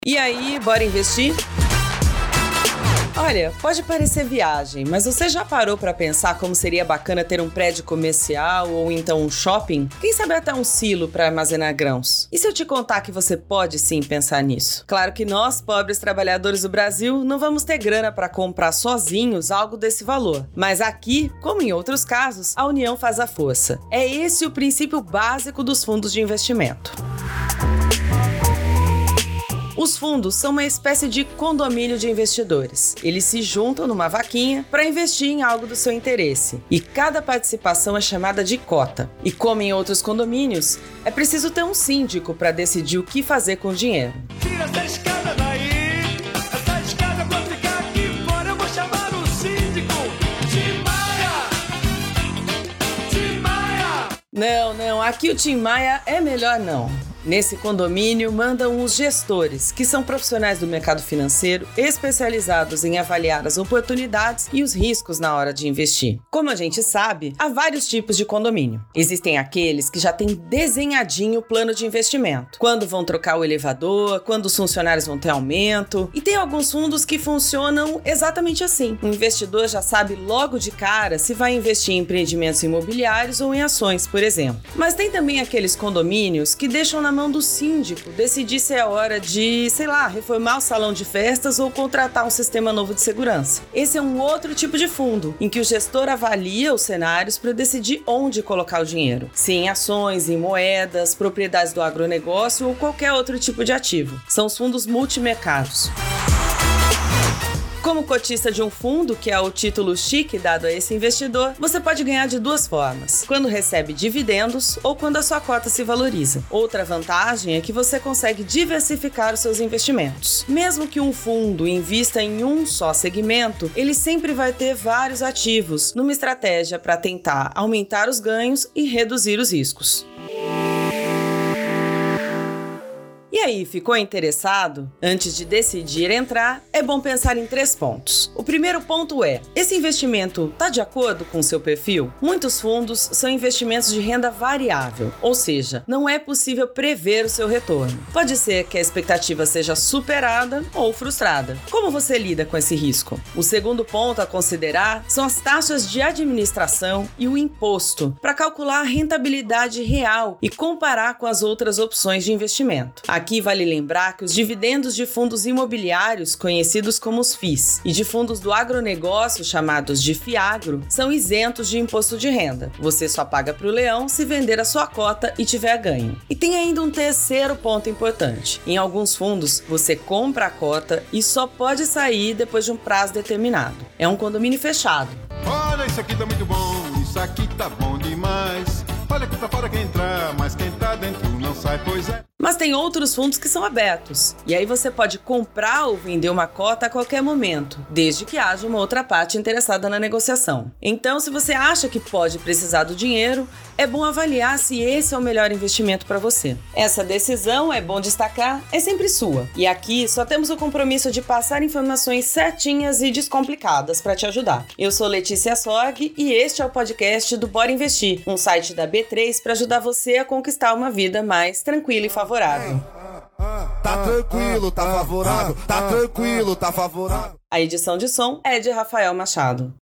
E aí, bora investir? Olha, pode parecer viagem, mas você já parou pra pensar como seria bacana ter um prédio comercial ou então um shopping? Quem sabe até um silo pra armazenar grãos? E se eu te contar que você pode sim pensar nisso? Claro que nós, pobres trabalhadores do Brasil, não vamos ter grana pra comprar sozinhos algo desse valor. Mas aqui, como em outros casos, a união faz a força. É esse o princípio básico dos fundos de investimento. Os fundos são uma espécie de condomínio de investidores. Eles se juntam numa vaquinha para investir em algo do seu interesse. E cada participação é chamada de cota. E como em outros condomínios, é preciso ter um síndico para decidir o que fazer com o dinheiro. Tira essa escada daí, essa escada pra ficar aqui fora, eu vou chamar o síndico. Tim Maia! Não, aqui o Tim Maia é melhor não. Nesse condomínio mandam os gestores, que são profissionais do mercado financeiro especializados em avaliar as oportunidades e os riscos na hora de investir. Como a gente sabe, há vários tipos de condomínio. Existem aqueles que já têm desenhadinho o plano de investimento. Quando vão trocar o elevador, quando os funcionários vão ter aumento. E tem alguns fundos que funcionam exatamente assim. O investidor já sabe logo de cara se vai investir em empreendimentos imobiliários ou em ações, por exemplo. Mas tem também aqueles condomínios que deixam na mão do síndico decidir se é hora de, reformar o salão de festas ou contratar um sistema novo de segurança. Esse é um outro tipo de fundo, em que o gestor avalia os cenários para decidir onde colocar o dinheiro. Se em ações, em moedas, propriedades do agronegócio ou qualquer outro tipo de ativo. São os fundos multimercados. Como cotista de um fundo, que é o título chique dado a esse investidor, você pode ganhar de duas formas: quando recebe dividendos ou quando a sua cota se valoriza. Outra vantagem é que você consegue diversificar os seus investimentos. Mesmo que um fundo invista em um só segmento, ele sempre vai ter vários ativos, numa estratégia para tentar aumentar os ganhos e reduzir os riscos. E aí, ficou interessado? Antes de decidir entrar, é bom pensar em 3 pontos. O primeiro ponto é: esse investimento está de acordo com o seu perfil? Muitos fundos são investimentos de renda variável, ou seja, não é possível prever o seu retorno. Pode ser que a expectativa seja superada ou frustrada. Como você lida com esse risco? O segundo ponto a considerar são as taxas de administração e o imposto, para calcular a rentabilidade real e comparar com as outras opções de investimento. Aqui vale lembrar que os dividendos de fundos imobiliários, conhecidos como os FIIs, e de fundos do agronegócio, chamados de FIAGRO, são isentos de imposto de renda. Você só paga para o leão se vender a sua cota e tiver ganho. E tem ainda um terceiro ponto importante. Em alguns fundos, você compra a cota e só pode sair depois de um prazo determinado. É um condomínio fechado. Olha, isso aqui tá muito bom, isso aqui tá bom demais. Olha que pra fora quem entrar, mas quem tá dentro não sai, pois é. Mas tem outros fundos que são abertos, e aí você pode comprar ou vender uma cota a qualquer momento, desde que haja uma outra parte interessada na negociação. Então, se você acha que pode precisar do dinheiro, é bom avaliar se esse é o melhor investimento para você. Essa decisão, é bom destacar, é sempre sua. E aqui só temos o compromisso de passar informações certinhas e descomplicadas para te ajudar. Eu sou Letícia Sorg e este é o podcast do Bora Investir, um site da B3 para ajudar você a conquistar uma vida mais tranquila e favorável. Tá tranquilo, tá favorável. Tá tranquilo, tá favorável. A edição de som é de Rafael Machado.